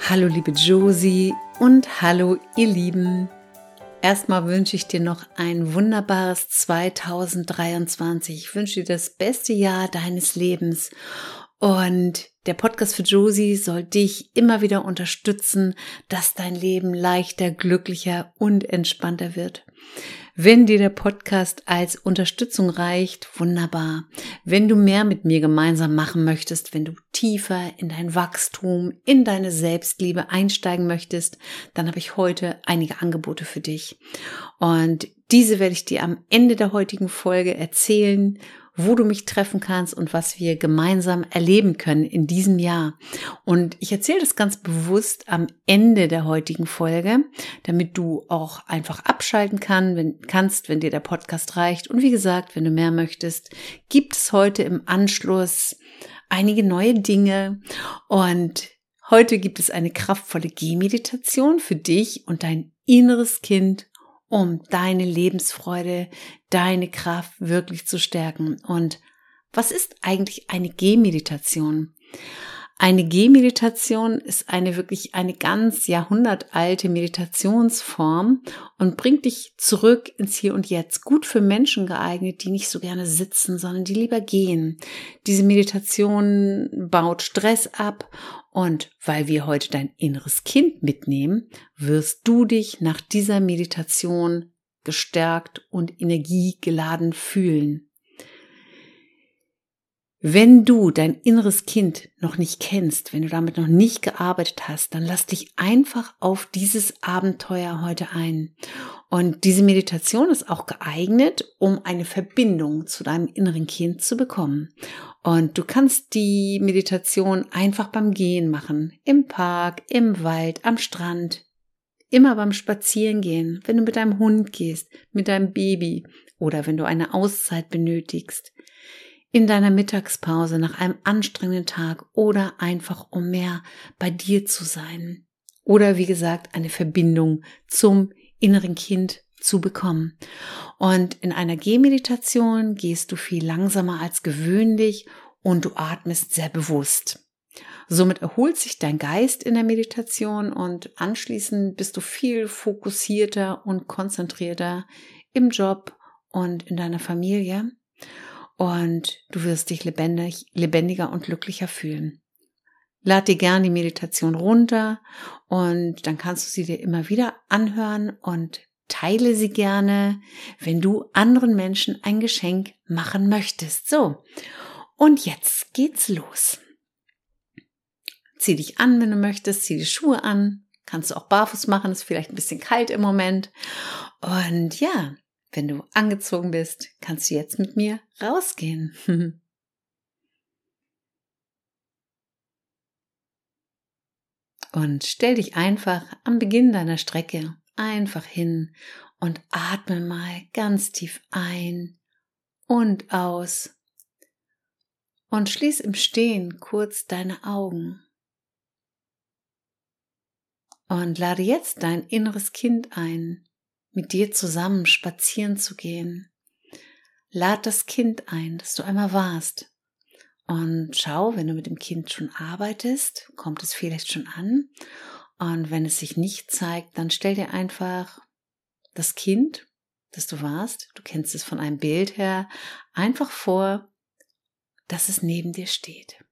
Hallo liebe Josie und hallo ihr Lieben. Erstmal wünsche ich dir noch ein wunderbares 2023. Ich wünsche dir das beste Jahr deines Lebens. Und der Podcast für Josie soll dich immer wieder unterstützen, dass dein Leben leichter, glücklicher und entspannter wird. Wenn dir der Podcast als Unterstützung reicht, wunderbar. Wenn du mehr mit mir gemeinsam machen möchtest, wenn du tiefer in dein Wachstum, in deine Selbstliebe einsteigen möchtest, dann habe ich heute einige Angebote für dich. Und diese werde ich dir am Ende der heutigen Folge erzählen, wo du mich treffen kannst und was wir gemeinsam erleben können in diesem Jahr. Und ich erzähle das ganz bewusst am Ende der heutigen Folge, damit du auch einfach abschalten kannst, wenn dir der Podcast reicht. Und wie gesagt, wenn du mehr möchtest, gibt es heute im Anschluss einige neue Dinge. Und heute gibt es eine kraftvolle Gehmeditation für dich und dein inneres Kind, um deine Lebensfreude, deine Kraft wirklich zu stärken. Und was ist eigentlich eine Gehmeditation? Eine Gehmeditation ist wirklich eine ganz jahrhundertalte Meditationsform und bringt dich zurück ins Hier und Jetzt. Gut für Menschen geeignet, die nicht so gerne sitzen, sondern die lieber gehen. Diese Meditation baut Stress ab und weil wir heute dein inneres Kind mitnehmen, wirst du dich nach dieser Meditation gestärkt und energiegeladen fühlen. Wenn du dein inneres Kind noch nicht kennst, wenn du damit noch nicht gearbeitet hast, dann lass dich einfach auf dieses Abenteuer heute ein. Und diese Meditation ist auch geeignet, um eine Verbindung zu deinem inneren Kind zu bekommen. Und du kannst die Meditation einfach beim Gehen machen, im Park, im Wald, am Strand, immer beim Spazierengehen, wenn du mit deinem Hund gehst, mit deinem Baby oder wenn du eine Auszeit benötigst. In deiner Mittagspause nach einem anstrengenden Tag oder einfach um mehr bei dir zu sein. Oder wie gesagt, eine Verbindung zum inneren Kind zu bekommen. Und in einer Gehmeditation gehst du viel langsamer als gewöhnlich und du atmest sehr bewusst. Somit erholt sich dein Geist in der Meditation und anschließend bist du viel fokussierter und konzentrierter im Job und in deiner Familie. Und du wirst dich lebendiger und glücklicher fühlen. Lad dir gern die Meditation runter und dann kannst du sie dir immer wieder anhören und teile sie gerne, wenn du anderen Menschen ein Geschenk machen möchtest. So, und jetzt geht's los. Zieh dich an, wenn du möchtest, zieh die Schuhe an. Kannst du auch barfuß machen, ist vielleicht ein bisschen kalt im Moment. Und ja, wenn du angezogen bist, kannst du jetzt mit mir rausgehen. Und stell dich einfach am Beginn deiner Strecke einfach hin und atme mal ganz tief ein und aus. Und schließ im Stehen kurz deine Augen. Und lade jetzt dein inneres Kind ein, mit dir zusammen spazieren zu gehen. Lad das Kind ein, dass du einmal warst. Und schau, wenn du mit dem Kind schon arbeitest, kommt es vielleicht schon an. Und wenn es sich nicht zeigt, dann stell dir einfach das Kind, das du warst, du kennst es von einem Bild her, einfach vor, dass es neben dir steht.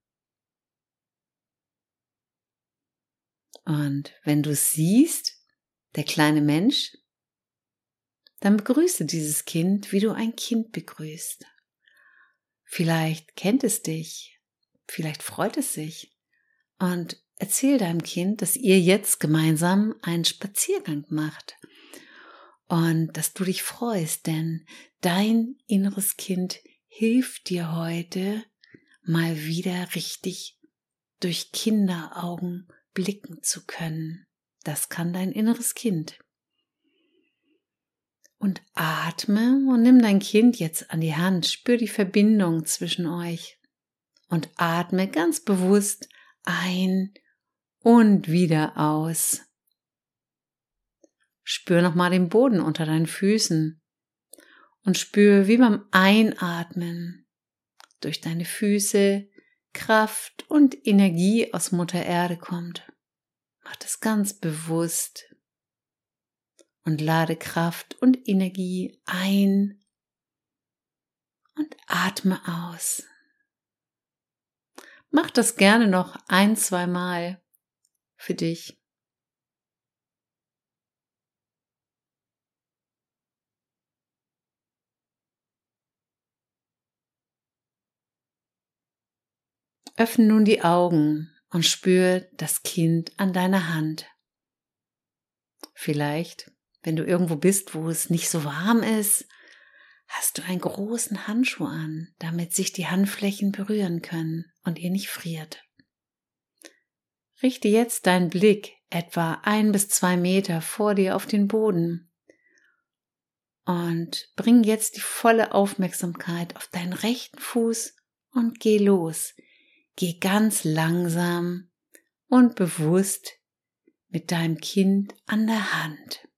Und wenn du es siehst, der kleine Mensch, dann begrüße dieses Kind, wie du ein Kind begrüßt. Vielleicht kennt es dich, vielleicht freut es sich und erzähl deinem Kind, dass ihr jetzt gemeinsam einen Spaziergang macht und dass du dich freust, denn dein inneres Kind hilft dir heute mal wieder richtig durch Kinderaugen blicken zu können. Das kann dein inneres Kind. Und atme und nimm dein Kind jetzt an die Hand. Spür die Verbindung zwischen euch. Und atme ganz bewusst ein und wieder aus. Spür nochmal den Boden unter deinen Füßen. Und spür, wie beim Einatmen durch deine Füße Kraft und Energie aus Mutter Erde kommt. Mach das ganz bewusst und lade Kraft und Energie ein und atme aus. Mach das gerne noch 1-2 Mal für dich. Öffne nun die Augen und spür das Kind an deiner Hand. Vielleicht, wenn du irgendwo bist, wo es nicht so warm ist, hast du einen großen Handschuh an, damit sich die Handflächen berühren können und ihr nicht friert. Richte jetzt deinen Blick etwa 1 bis 2 Meter vor dir auf den Boden und bring jetzt die volle Aufmerksamkeit auf deinen rechten Fuß und geh los. Geh ganz langsam und bewusst mit deinem Kind an der Hand.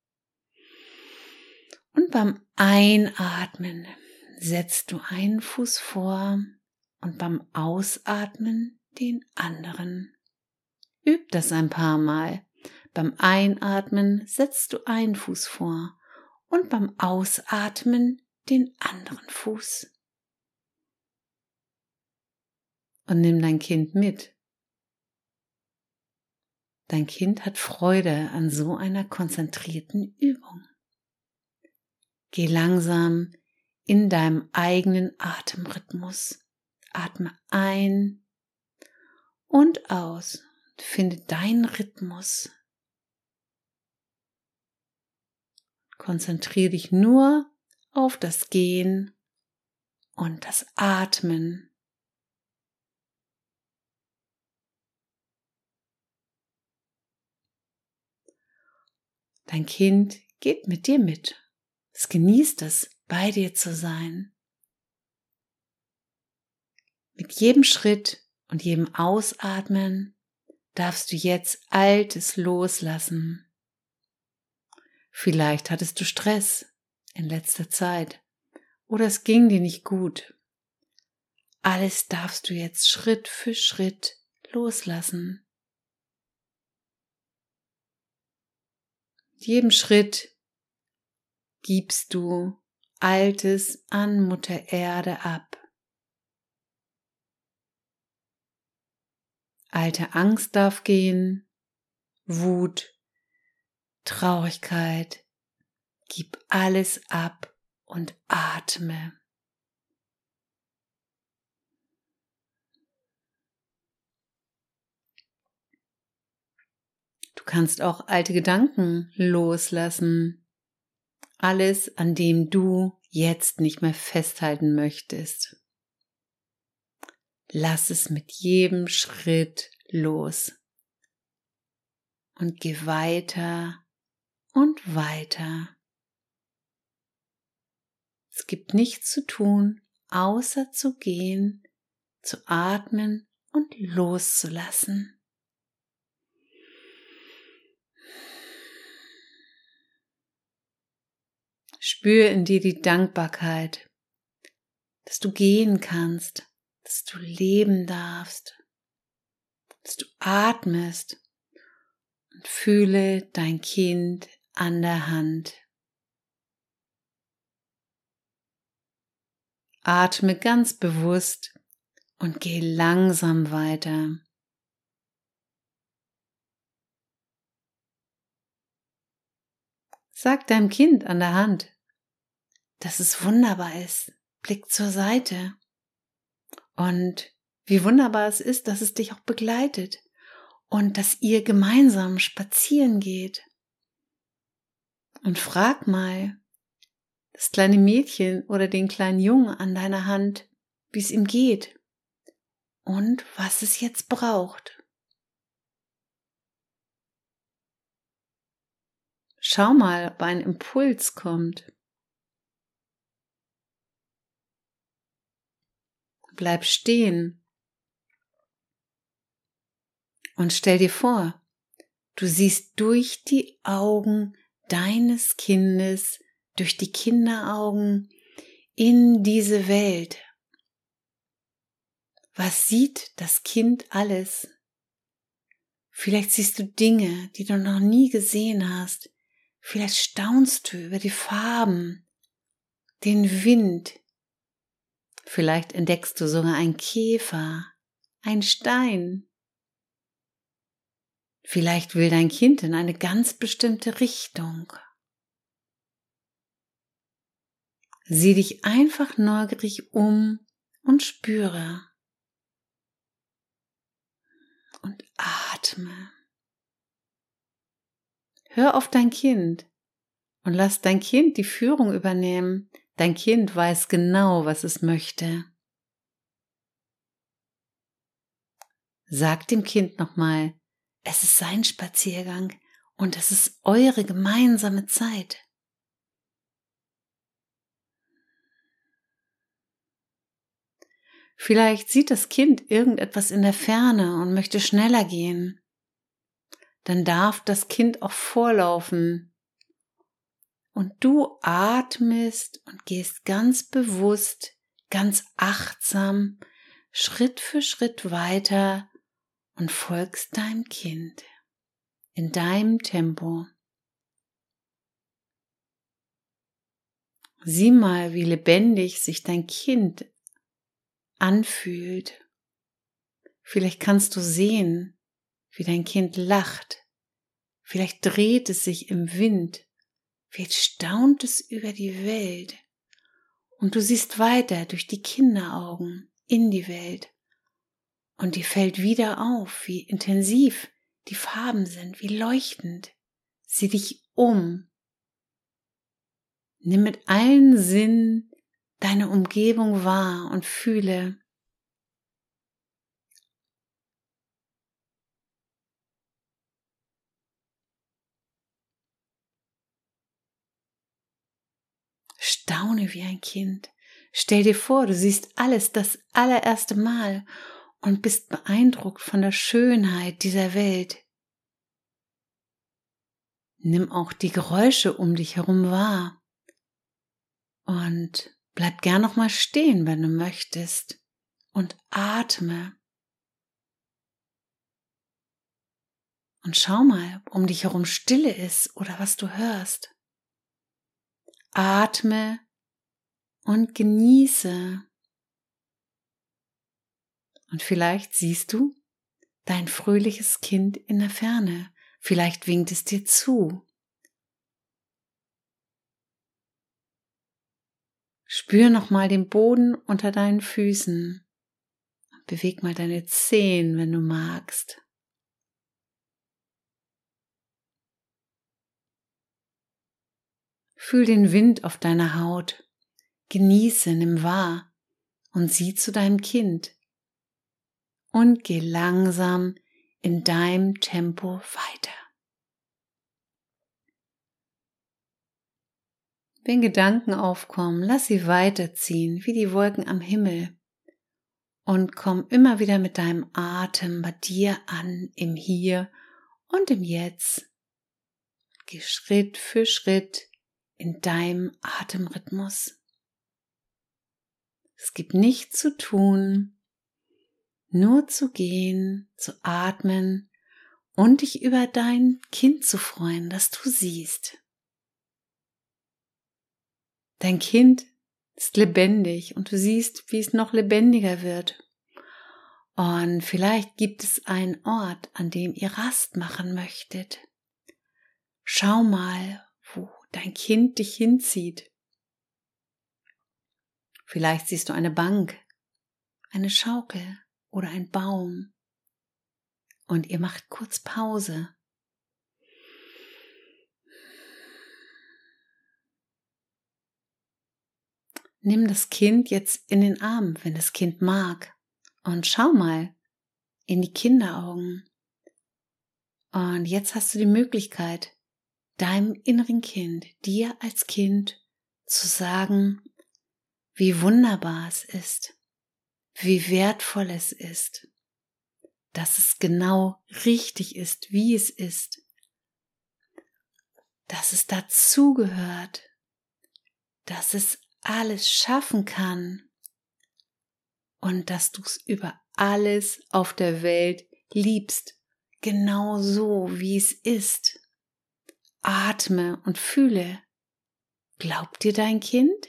Und beim Einatmen setzt du einen Fuß vor und beim Ausatmen den anderen. Üb das ein paar Mal. Beim Einatmen setzt du einen Fuß vor und beim Ausatmen den anderen Fuß. Und nimm dein Kind mit. Dein Kind hat Freude an so einer konzentrierten Übung. Geh langsam in deinem eigenen Atemrhythmus. Atme ein und aus. Finde deinen Rhythmus. Konzentriere dich nur auf das Gehen und das Atmen. Dein Kind geht mit dir mit. Es genießt es, bei dir zu sein. Mit jedem Schritt und jedem Ausatmen darfst du jetzt Altes loslassen. Vielleicht hattest du Stress in letzter Zeit oder es ging dir nicht gut. Alles darfst du jetzt Schritt für Schritt loslassen. Mit jedem Schritt gibst du Altes an Mutter Erde ab. Alte Angst darf gehen, Wut, Traurigkeit. Gib alles ab und atme. Du kannst auch alte Gedanken loslassen. Alles, an dem du jetzt nicht mehr festhalten möchtest. Lass es mit jedem Schritt los. Und geh weiter und weiter. Es gibt nichts zu tun, außer zu gehen, zu atmen und loszulassen. Spür in dir die Dankbarkeit, dass du gehen kannst, dass du leben darfst, dass du atmest und fühle dein Kind an der Hand. Atme ganz bewusst und geh langsam weiter. Sag deinem Kind an der Hand, dass es wunderbar ist. Blick zur Seite. Und wie wunderbar es ist, dass es dich auch begleitet und dass ihr gemeinsam spazieren geht. Und frag mal das kleine Mädchen oder den kleinen Jungen an deiner Hand, wie es ihm geht und was es jetzt braucht. Schau mal, ob ein Impuls kommt. Bleib stehen und stell dir vor, du siehst durch die Augen deines Kindes, durch die Kinderaugen in diese Welt. Was sieht das Kind alles? Vielleicht siehst du Dinge, die du noch nie gesehen hast. Vielleicht staunst du über die Farben, den Wind. Vielleicht entdeckst du sogar einen Käfer, einen Stein. Vielleicht will dein Kind in eine ganz bestimmte Richtung. Sieh dich einfach neugierig um und spüre. Und atme. Hör auf dein Kind und lass dein Kind die Führung übernehmen. Dein Kind weiß genau, was es möchte. Sag dem Kind nochmal, es ist sein Spaziergang und es ist eure gemeinsame Zeit. Vielleicht sieht das Kind irgendetwas in der Ferne und möchte schneller gehen. Dann darf das Kind auch vorlaufen. Und du atmest und gehst ganz bewusst, ganz achtsam, Schritt für Schritt weiter und folgst deinem Kind in deinem Tempo. Sieh mal, wie lebendig sich dein Kind anfühlt. Vielleicht kannst du sehen, wie dein Kind lacht. Vielleicht dreht es sich im Wind. Vielleicht staunt es über die Welt. Und du siehst weiter durch die Kinderaugen in die Welt. Und dir fällt wieder auf, wie intensiv die Farben sind, wie leuchtend. Sieh dich um. Nimm mit allen Sinnen deine Umgebung wahr und fühle. Staune wie ein Kind. Stell dir vor, du siehst alles das allererste Mal und bist beeindruckt von der Schönheit dieser Welt. Nimm auch die Geräusche um dich herum wahr und bleib gern noch mal stehen, wenn du möchtest, und atme. Und schau mal, ob um dich herum Stille ist oder was du hörst. Atme und genieße. Und vielleicht siehst du dein fröhliches Kind in der Ferne. Vielleicht winkt es dir zu. Spür nochmal den Boden unter deinen Füßen. Beweg mal deine Zehen, wenn du magst. Fühl den Wind auf deiner Haut. Genieße, nimm wahr und sieh zu deinem Kind. Und geh langsam in deinem Tempo weiter. Wenn Gedanken aufkommen, lass sie weiterziehen, wie die Wolken am Himmel. Und komm immer wieder mit deinem Atem bei dir an, im Hier und im Jetzt. Geh Schritt für Schritt in deinem Atemrhythmus. Es gibt nichts zu tun, nur zu gehen, zu atmen und dich über dein Kind zu freuen, das du siehst. Dein Kind ist lebendig und du siehst, wie es noch lebendiger wird. Und vielleicht gibt es einen Ort, an dem ihr Rast machen möchtet. Schau mal, wo dein Kind dich hinzieht. Vielleicht siehst du eine Bank, eine Schaukel oder einen Baum. Und ihr macht kurz Pause. Nimm das Kind jetzt in den Arm, wenn das Kind mag. Und schau mal in die Kinderaugen. Und jetzt hast du die Möglichkeit, deinem inneren Kind, dir als Kind zu sagen, wie wunderbar es ist, wie wertvoll es ist, dass es genau richtig ist, wie es ist, dass es dazugehört, dass es alles schaffen kann und dass du es über alles auf der Welt liebst, genau so, wie es ist. Atme und fühle. Glaubt dir dein Kind?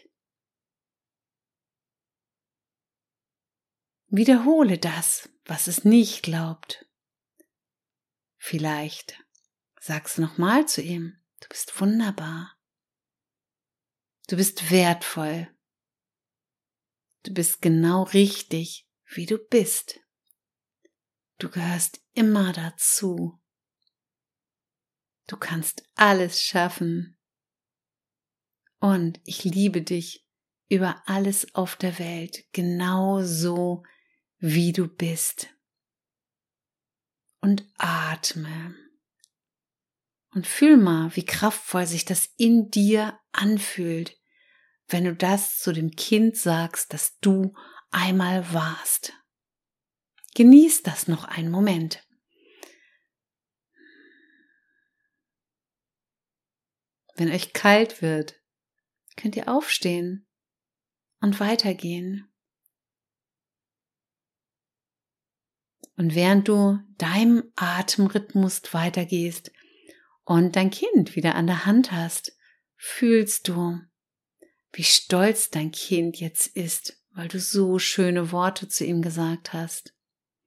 Wiederhole das, was es nicht glaubt. Vielleicht sag's nochmal zu ihm. Du bist wunderbar. Du bist wertvoll. Du bist genau richtig, wie du bist. Du gehörst immer dazu. Du kannst alles schaffen. Und ich liebe dich über alles auf der Welt, genau so, wie du bist. Und atme. Und fühl mal, wie kraftvoll sich das in dir anfühlt, wenn du das zu dem Kind sagst, das du einmal warst. Genieß das noch einen Moment. Wenn euch kalt wird, könnt ihr aufstehen und weitergehen. Und während du deinem Atemrhythmus weitergehst und dein Kind wieder an der Hand hast, fühlst du, wie stolz dein Kind jetzt ist, weil du so schöne Worte zu ihm gesagt hast.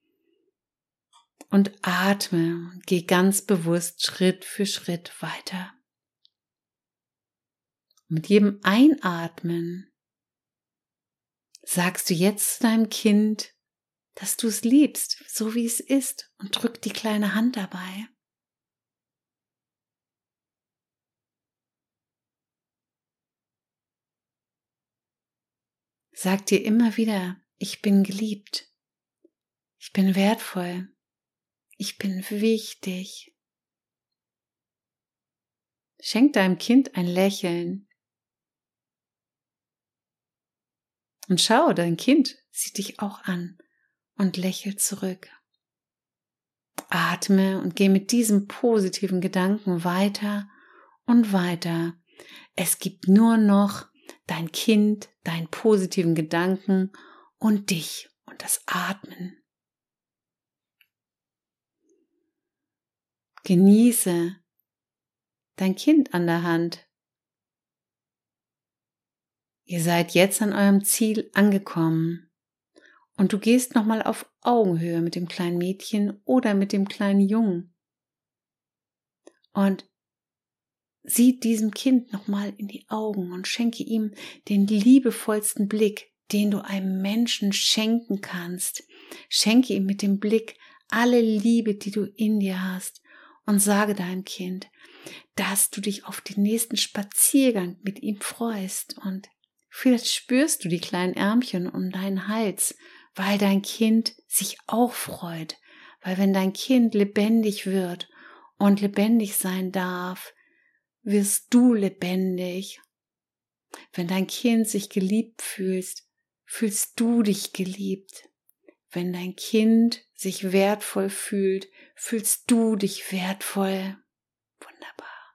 Und atme und geh ganz bewusst Schritt für Schritt weiter. Mit jedem Einatmen sagst du jetzt zu deinem Kind, dass du es liebst, so wie es ist, und drück die kleine Hand dabei. Sag dir immer wieder, ich bin geliebt, ich bin wertvoll, ich bin wichtig. Schenk deinem Kind ein Lächeln. Und schau, dein Kind sieht dich auch an und lächelt zurück. Atme und geh mit diesem positiven Gedanken weiter und weiter. Es gibt nur noch dein Kind, deinen positiven Gedanken und dich und das Atmen. Genieße dein Kind an der Hand. Ihr seid jetzt an eurem Ziel angekommen und du gehst nochmal auf Augenhöhe mit dem kleinen Mädchen oder mit dem kleinen Jungen und sieh diesem Kind nochmal in die Augen und schenke ihm den liebevollsten Blick, den du einem Menschen schenken kannst. Schenke ihm mit dem Blick alle Liebe, die du in dir hast und sage deinem Kind, dass du dich auf den nächsten Spaziergang mit ihm freust und vielleicht spürst du die kleinen Ärmchen um deinen Hals, weil dein Kind sich auch freut, weil wenn dein Kind lebendig wird und lebendig sein darf, wirst du lebendig. Wenn dein Kind sich geliebt fühlt, fühlst du dich geliebt. Wenn dein Kind sich wertvoll fühlt, fühlst du dich wertvoll. Wunderbar.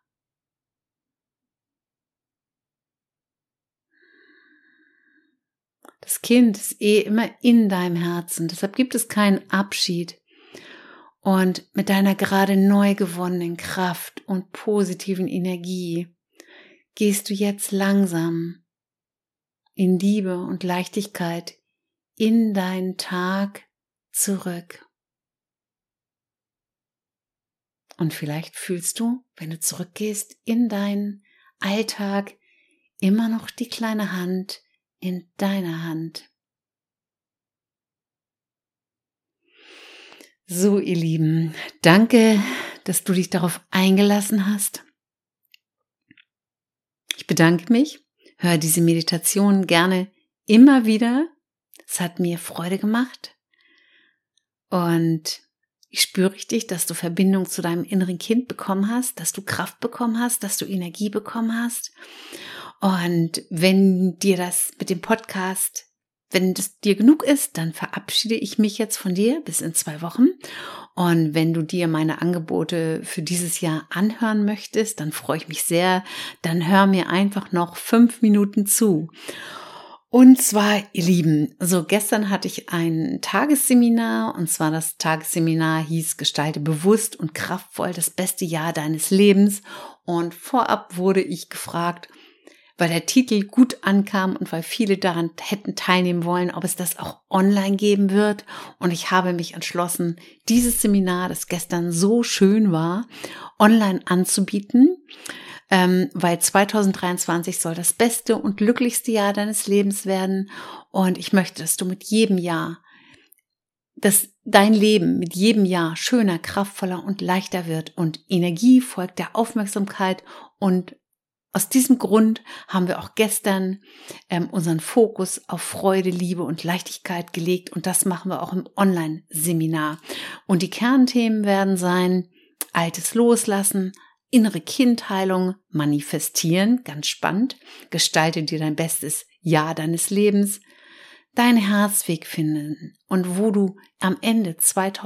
Das Kind ist immer in deinem Herzen, deshalb gibt es keinen Abschied. Und mit deiner gerade neu gewonnenen Kraft und positiven Energie gehst du jetzt langsam in Liebe und Leichtigkeit in deinen Tag zurück. Und vielleicht fühlst du, wenn du zurückgehst in deinen Alltag, immer noch die kleine Hand in deiner Hand. So, ihr Lieben, danke, dass du dich darauf eingelassen hast. Ich bedanke mich, höre diese Meditation gerne immer wieder. Es hat mir Freude gemacht und ich spüre richtig, dass du Verbindung zu deinem inneren Kind bekommen hast, dass du Kraft bekommen hast, dass du Energie bekommen hast. Und wenn dir das mit dem Podcast, wenn das dir genug ist, dann verabschiede ich mich jetzt von dir bis in 2 Wochen. Und wenn du dir meine Angebote für dieses Jahr anhören möchtest, dann freue ich mich sehr. Dann hör mir einfach noch 5 Minuten zu. Und zwar, ihr Lieben, so gestern hatte ich ein Tagesseminar, und zwar das Tagesseminar hieß Gestalte bewusst und kraftvoll das beste Jahr deines Lebens. Und vorab wurde ich gefragt, weil der Titel gut ankam und weil viele daran hätten teilnehmen wollen, ob es das auch online geben wird. Und ich habe mich entschlossen, dieses Seminar, das gestern so schön war, online anzubieten. Weil 2023 soll das beste und glücklichste Jahr deines Lebens werden. Und ich möchte, dass du mit jedem Jahr, dass dein Leben mit jedem Jahr schöner, kraftvoller und leichter wird. Und Energie folgt der Aufmerksamkeit. Und aus diesem Grund haben wir auch gestern unseren Fokus auf Freude, Liebe und Leichtigkeit gelegt. Und das machen wir auch im Online-Seminar. Und die Kernthemen werden sein: Altes loslassen, innere Kindheilung, manifestieren, ganz spannend, gestalte dir dein bestes Jahr deines Lebens, deinen Herzweg finden und wo du am Ende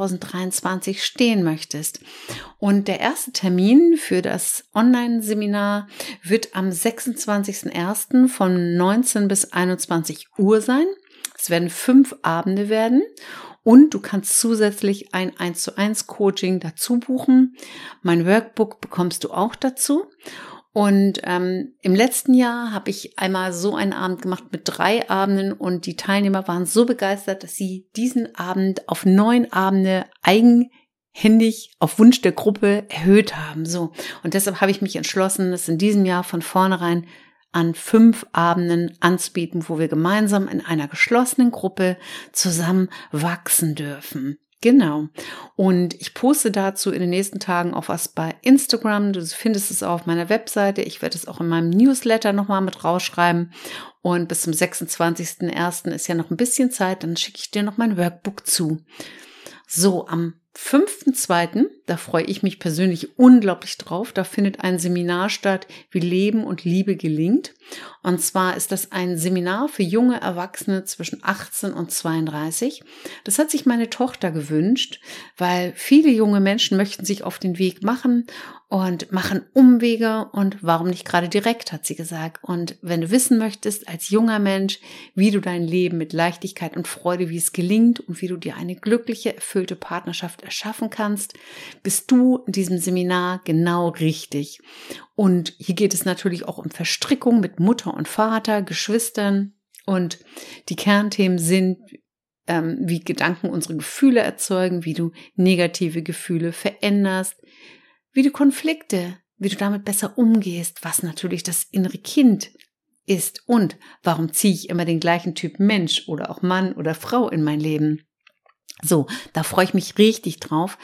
2023 stehen möchtest. Und der erste Termin für das Online-Seminar wird am 26.01. von 19 bis 21 Uhr sein. Es werden 5 Abende werden. Und du kannst zusätzlich ein 1:1 Coaching dazu buchen. Mein Workbook bekommst du auch dazu. Und im letzten Jahr habe ich einmal so einen Abend gemacht mit 3 Abenden und die Teilnehmer waren so begeistert, dass sie diesen Abend auf 9 Abende eigenhändig auf Wunsch der Gruppe erhöht haben. So. Und deshalb habe ich mich entschlossen, es in diesem Jahr von vornherein an 5 Abenden anzubieten, wo wir gemeinsam in einer geschlossenen Gruppe zusammen wachsen dürfen. Genau. Und ich poste dazu in den nächsten Tagen auch was bei Instagram. Du findest es auch auf meiner Webseite. Ich werde es auch in meinem Newsletter nochmal mit rausschreiben. Und bis zum 26.01. ist ja noch ein bisschen Zeit. Dann schicke ich dir noch mein Workbook zu. So, am 5.2., da freue ich mich persönlich unglaublich drauf, da findet ein Seminar statt, wie Leben und Liebe gelingt. Und zwar ist das ein Seminar für junge Erwachsene zwischen 18 und 32. Das hat sich meine Tochter gewünscht, weil viele junge Menschen möchten sich auf den Weg machen und machen Umwege und warum nicht gerade direkt, hat sie gesagt. Und wenn du wissen möchtest als junger Mensch, wie du dein Leben mit Leichtigkeit und Freude, wie es gelingt und wie du dir eine glückliche, erfüllte Partnerschaft erschaffen kannst, bist du in diesem Seminar genau richtig. Und hier geht es natürlich auch um Verstrickung mit Mutter und Vater, Geschwistern. Und die Kernthemen sind, wie Gedanken unsere Gefühle erzeugen, wie du negative Gefühle veränderst, wie du Konflikte, wie du damit besser umgehst, was natürlich das innere Kind ist und warum ziehe ich immer den gleichen Typ Mensch oder auch Mann oder Frau in mein Leben. So, da freue ich mich richtig drauf.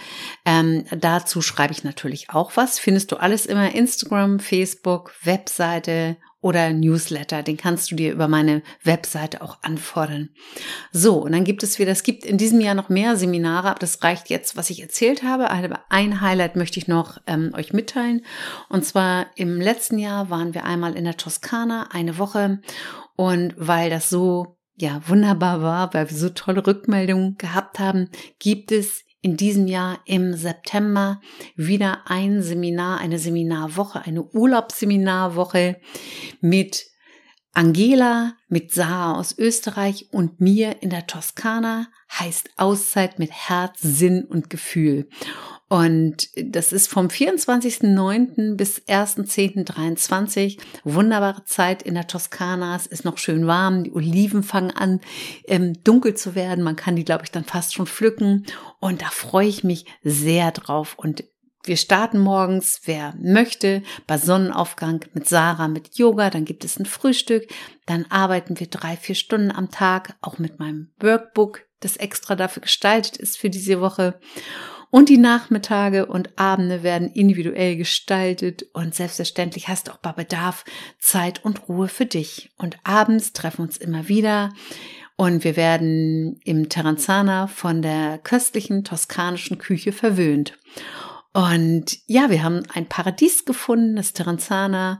Dazu schreibe ich natürlich auch was. Findest du alles immer Instagram, Facebook, Webseite oder Newsletter. Den kannst du dir über meine Webseite auch anfordern. So, und dann gibt es in diesem Jahr noch mehr Seminare, aber das reicht jetzt, was ich erzählt habe. Ein Highlight möchte ich noch euch mitteilen. Und zwar im letzten Jahr waren wir einmal in der Toskana, eine Woche. Und weil das so wunderbar war, weil wir so tolle Rückmeldungen gehabt haben, gibt es in diesem Jahr im September wieder ein Seminar, eine Seminarwoche, eine Urlaubsseminarwoche mit Angela, mit Sarah aus Österreich und mir in der Toskana, heißt Auszeit mit Herz, Sinn und Gefühl. Und das ist vom 24.09. bis 1.10.23. Wunderbare Zeit in der Toskana. Es ist noch schön warm. Die Oliven fangen an, dunkel zu werden. Man kann die, glaube ich, dann fast schon pflücken. Und da freue ich mich sehr drauf. Und wir starten morgens, wer möchte, bei Sonnenaufgang mit Sarah, mit Yoga. Dann gibt es ein Frühstück. Dann arbeiten wir 3-4 Stunden am Tag, auch mit meinem Workbook, das extra dafür gestaltet ist für diese Woche. Und die Nachmittage und Abende werden individuell gestaltet und selbstverständlich hast du auch bei Bedarf Zeit und Ruhe für dich. Und abends treffen wir uns immer wieder und wir werden im Terranzana von der köstlichen toskanischen Küche verwöhnt. Und ja, wir haben ein Paradies gefunden, das Terranzana.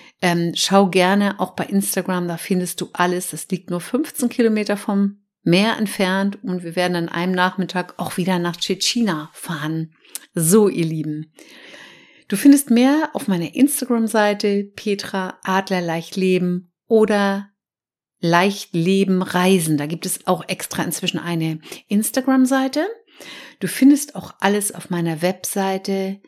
Schau gerne auch bei Instagram, da findest du alles. Das liegt nur 15 Kilometer vom Meer entfernt und wir werden an einem Nachmittag auch wieder nach Cecina fahren. So, ihr Lieben. Du findest mehr auf meiner Instagram-Seite Petra Adler leicht leben oder Leicht Leben Reisen. Da gibt es auch extra inzwischen eine Instagram-Seite. Du findest auch alles auf meiner Webseite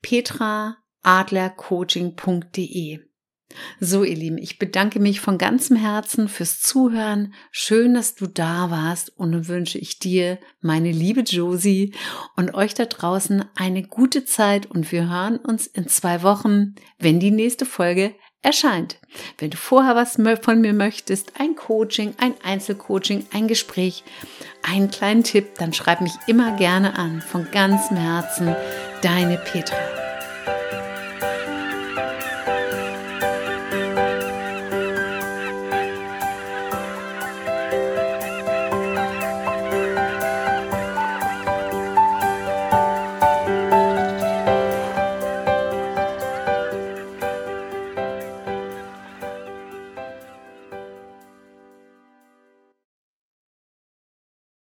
petraadlercoaching.de. So, ihr Lieben, ich bedanke mich von ganzem Herzen fürs Zuhören. Schön, dass du da warst, und nun wünsche ich dir, meine liebe Josie, und euch da draußen eine gute Zeit, und wir hören uns in 2 Wochen, wenn die nächste Folge erscheint. Wenn du vorher was von mir möchtest, ein Coaching, ein Einzelcoaching, ein Gespräch, einen kleinen Tipp, dann schreib mich immer gerne an. Von ganzem Herzen, deine Petra.